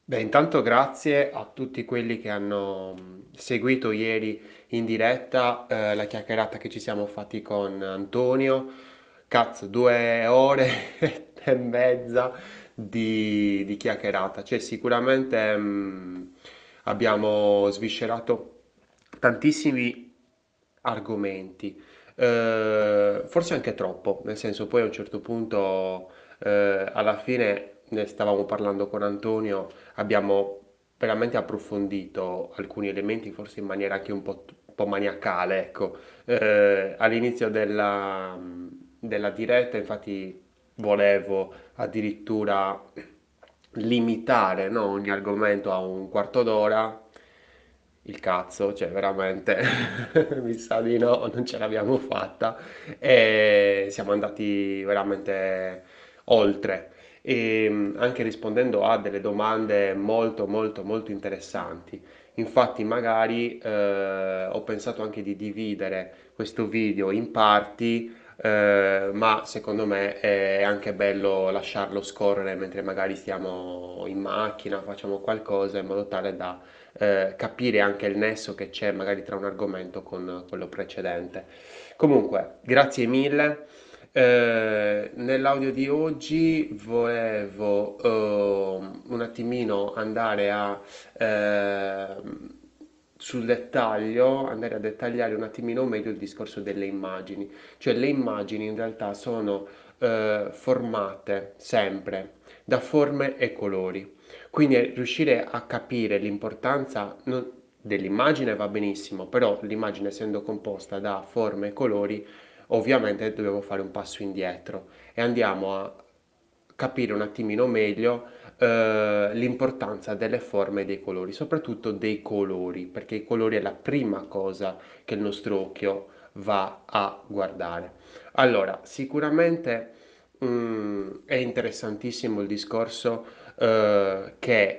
Beh, intanto grazie a tutti quelli che hanno seguito ieri in diretta la chiacchierata che ci siamo fatti con Antonio. Cazzo, 2 ore e mezza di chiacchierata. Cioè, sicuramente abbiamo sviscerato tantissimi argomenti. Forse anche troppo, nel senso poi a un certo punto, alla fine ne stavamo parlando con Antonio, abbiamo veramente approfondito alcuni elementi, forse in maniera anche un po' maniacale, ecco. All'inizio della diretta, infatti, volevo addirittura limitare, no, ogni argomento a un quarto d'ora. Il cazzo, cioè veramente mi sa di no, non ce l'abbiamo fatta e siamo andati veramente oltre e anche rispondendo a delle domande molto molto molto interessanti. Infatti magari ho pensato anche di dividere questo video in parti, ma secondo me è anche bello lasciarlo scorrere mentre magari stiamo in macchina, facciamo qualcosa in modo tale da capire anche il nesso che c'è magari tra un argomento con quello precedente. Comunque, grazie mille. Nell'audio di oggi volevo un attimino andare sul dettaglio, andare a dettagliare un attimino meglio il discorso delle immagini. Cioè le immagini in realtà sono formate sempre da forme e colori. Quindi riuscire a capire l'importanza dell'immagine va benissimo, però l'immagine essendo composta da forme e colori, ovviamente dobbiamo fare un passo indietro e andiamo a capire un attimino meglio l'importanza delle forme e dei colori, soprattutto dei colori, perché i colori è la prima cosa che il nostro occhio va a guardare. Allora, sicuramente è interessantissimo il discorso che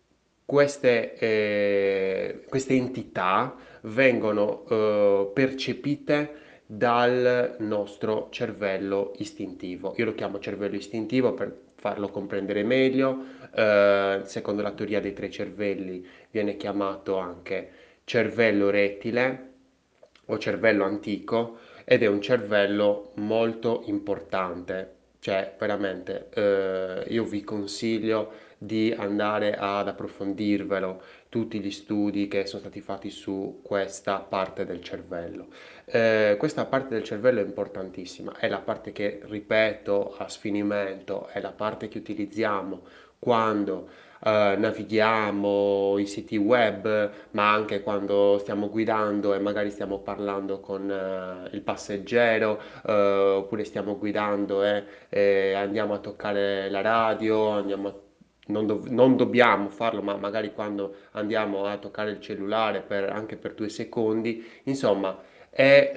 queste entità vengono percepite dal nostro cervello istintivo. Io lo chiamo cervello istintivo per farlo comprendere meglio. Secondo la teoria dei tre cervelli viene chiamato anche cervello rettile o cervello antico ed è un cervello molto importante. Cioè, veramente, io vi consiglio di andare ad approfondirvelo, tutti gli studi che sono stati fatti su questa parte del cervello. Questa parte del cervello è importantissima, è la parte che, ripeto, a sfinimento, è la parte che utilizziamo quando navighiamo i siti web, ma anche quando stiamo guidando e magari stiamo parlando con il passeggero, oppure stiamo guidando e andiamo a toccare la radio, non dobbiamo farlo, ma magari quando andiamo a toccare il cellulare anche per 2 secondi, insomma, è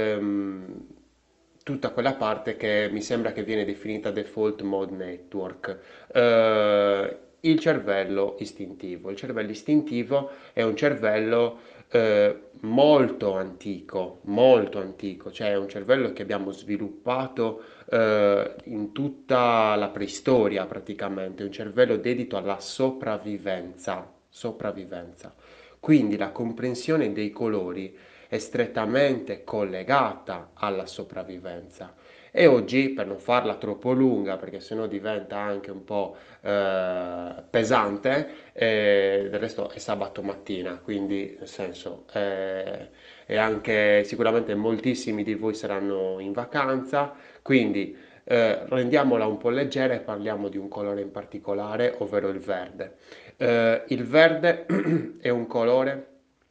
tutta quella parte che mi sembra che viene definita default mode network. Il cervello istintivo. Il cervello istintivo è un cervello molto antico, cioè è un cervello che abbiamo sviluppato in tutta la preistoria praticamente, un cervello dedito alla sopravvivenza. Quindi la comprensione dei colori è strettamente collegata alla sopravvivenza. E oggi, per non farla troppo lunga, perché sennò diventa anche un po' pesante, del resto è sabato mattina, quindi nel senso, e anche sicuramente moltissimi di voi saranno in vacanza, quindi rendiamola un po' leggera e parliamo di un colore in particolare, ovvero il verde. Il verde è un colore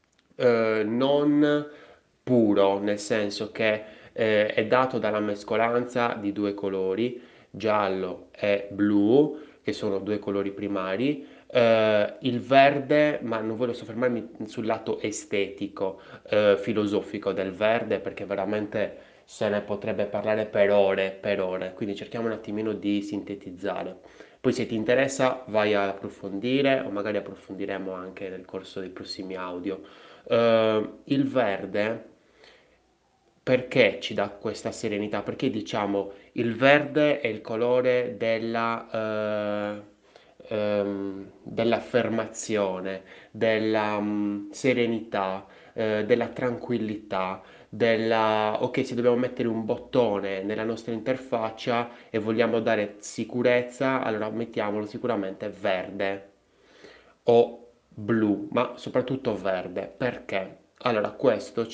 non puro, nel senso che è dato dalla mescolanza di due colori, giallo e blu, che sono due colori primari. Il verde, ma non voglio soffermarmi sul lato estetico, filosofico del verde, perché veramente se ne potrebbe parlare per ore, quindi cerchiamo un attimino di sintetizzare. Poi se ti interessa vai ad approfondire o magari approfondiremo anche nel corso dei prossimi audio. Il verde perché ci dà questa serenità? Perché diciamo il verde è il colore dell'affermazione, della serenità, della tranquillità, della... Ok, se dobbiamo mettere un bottone nella nostra interfaccia e vogliamo dare sicurezza, allora mettiamolo sicuramente verde o blu, ma soprattutto verde. Perché? Allora, questo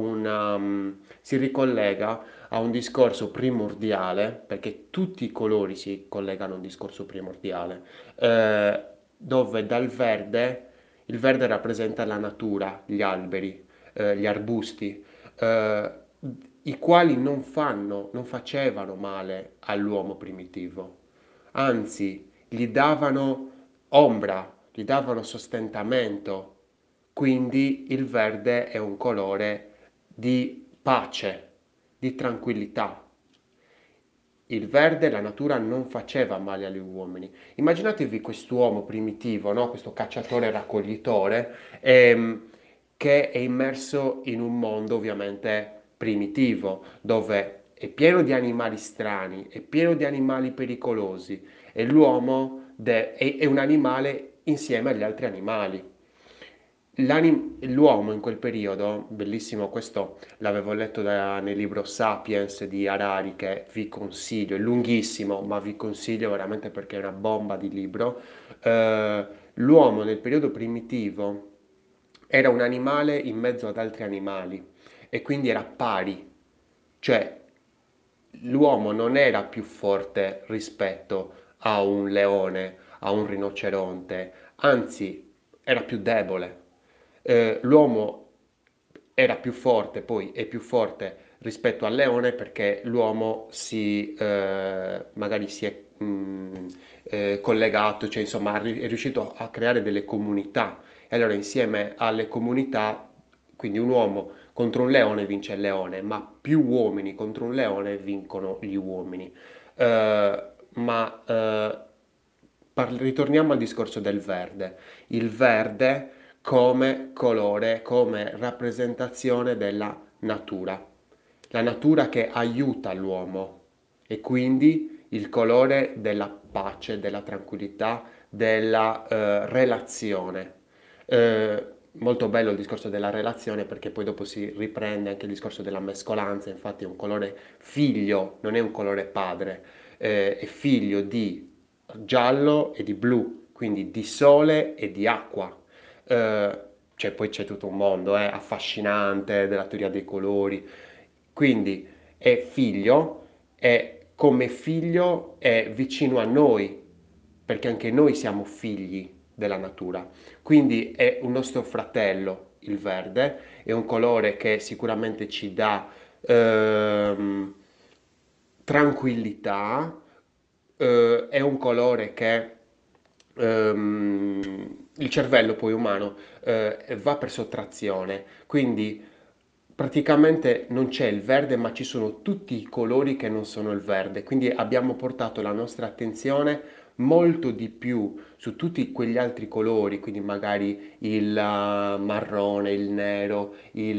si ricollega a un discorso primordiale, perché tutti i colori si collegano a un discorso primordiale, eh, dove dal verde, il verde rappresenta la natura, gli alberi, gli arbusti, eh, i quali non facevano male all'uomo primitivo, anzi, gli davano ombra, gli davano sostentamento. Quindi il verde è un colore di pace, di tranquillità. Il verde, la natura non faceva male agli uomini. Immaginatevi quest'uomo primitivo, no? Questo cacciatore raccoglitore, che è immerso in un mondo ovviamente primitivo, dove è pieno di animali strani, è pieno di animali pericolosi e è un animale insieme agli altri animali. L'uomo in quel periodo, bellissimo, questo l'avevo letto nel libro Sapiens di Harari, che vi consiglio, è lunghissimo, ma vi consiglio veramente perché è una bomba di libro. Eh, L'uomo nel periodo primitivo era un animale in mezzo ad altri animali e quindi era pari, cioè l'uomo non era più forte rispetto a un leone, a un rinoceronte, anzi era più debole. L'uomo era più forte, poi è più forte rispetto al leone perché l'uomo magari si è collegato, cioè insomma è riuscito a creare delle comunità e allora insieme alle comunità, quindi un uomo contro un leone vince il leone, ma più uomini contro un leone vincono gli uomini. Ritorniamo al discorso del verde. Il verde come colore, come rappresentazione della natura. La natura che aiuta l'uomo e quindi il colore della pace, della tranquillità, della relazione. Molto bello il discorso della relazione perché poi dopo si riprende anche il discorso della mescolanza, infatti è un colore figlio, non è un colore padre, è figlio di giallo e di blu, quindi di sole e di acqua. Eh, poi c'è tutto un mondo affascinante della teoria dei colori. Quindi è figlio e come figlio è vicino a noi, perché anche noi siamo figli della natura. Quindi è un nostro fratello, il verde, è un colore che sicuramente ci dà ehm, tranquillità, è un colore che il cervello poi umano va per sottrazione, quindi praticamente non c'è il verde, ma ci sono tutti i colori che non sono il verde, quindi abbiamo portato la nostra attenzione molto di più su tutti quegli altri colori, quindi magari il marrone, il nero,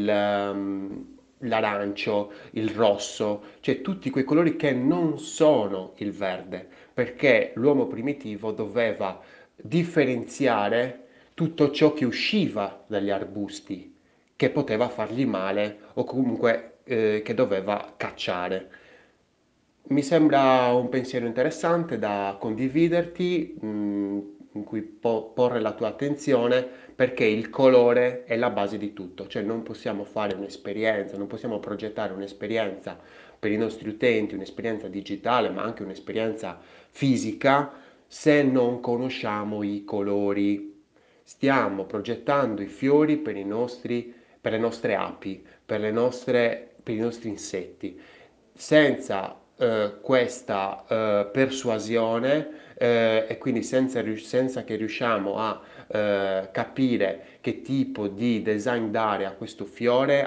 l'arancio, il rosso, cioè tutti quei colori che non sono il verde, perché l'uomo primitivo doveva differenziare tutto ciò che usciva dagli arbusti, che poteva fargli male o comunque che doveva cacciare. Mi sembra un pensiero interessante da condividerti, in cui porre la tua attenzione, perché il colore è la base di tutto, cioè non possiamo fare un'esperienza, non possiamo progettare un'esperienza per i nostri utenti, un'esperienza digitale, ma anche un'esperienza fisica, se non conosciamo i colori. Stiamo progettando i fiori per le nostre api, per i nostri insetti. Senza questa persuasione e quindi senza che riusciamo a capire che tipo di design dare a questo fiore,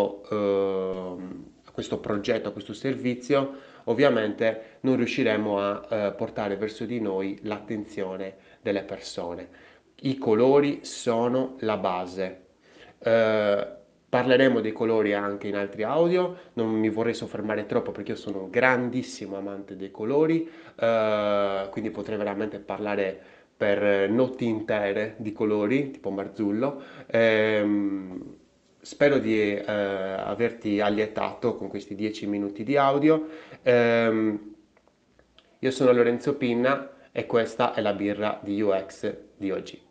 a questo progetto, a questo servizio, ovviamente non riusciremo a portare verso di noi l'attenzione delle persone. I colori sono la base. Eh, Parleremo dei colori anche in altri audio, non mi vorrei soffermare troppo perché io sono un grandissimo amante dei colori, quindi potrei veramente parlare per notti intere di colori, tipo Marzullo. Spero di averti allietato con questi 10 minuti di audio. Io sono Lorenzo Pinna e questa è la birra di UX di oggi.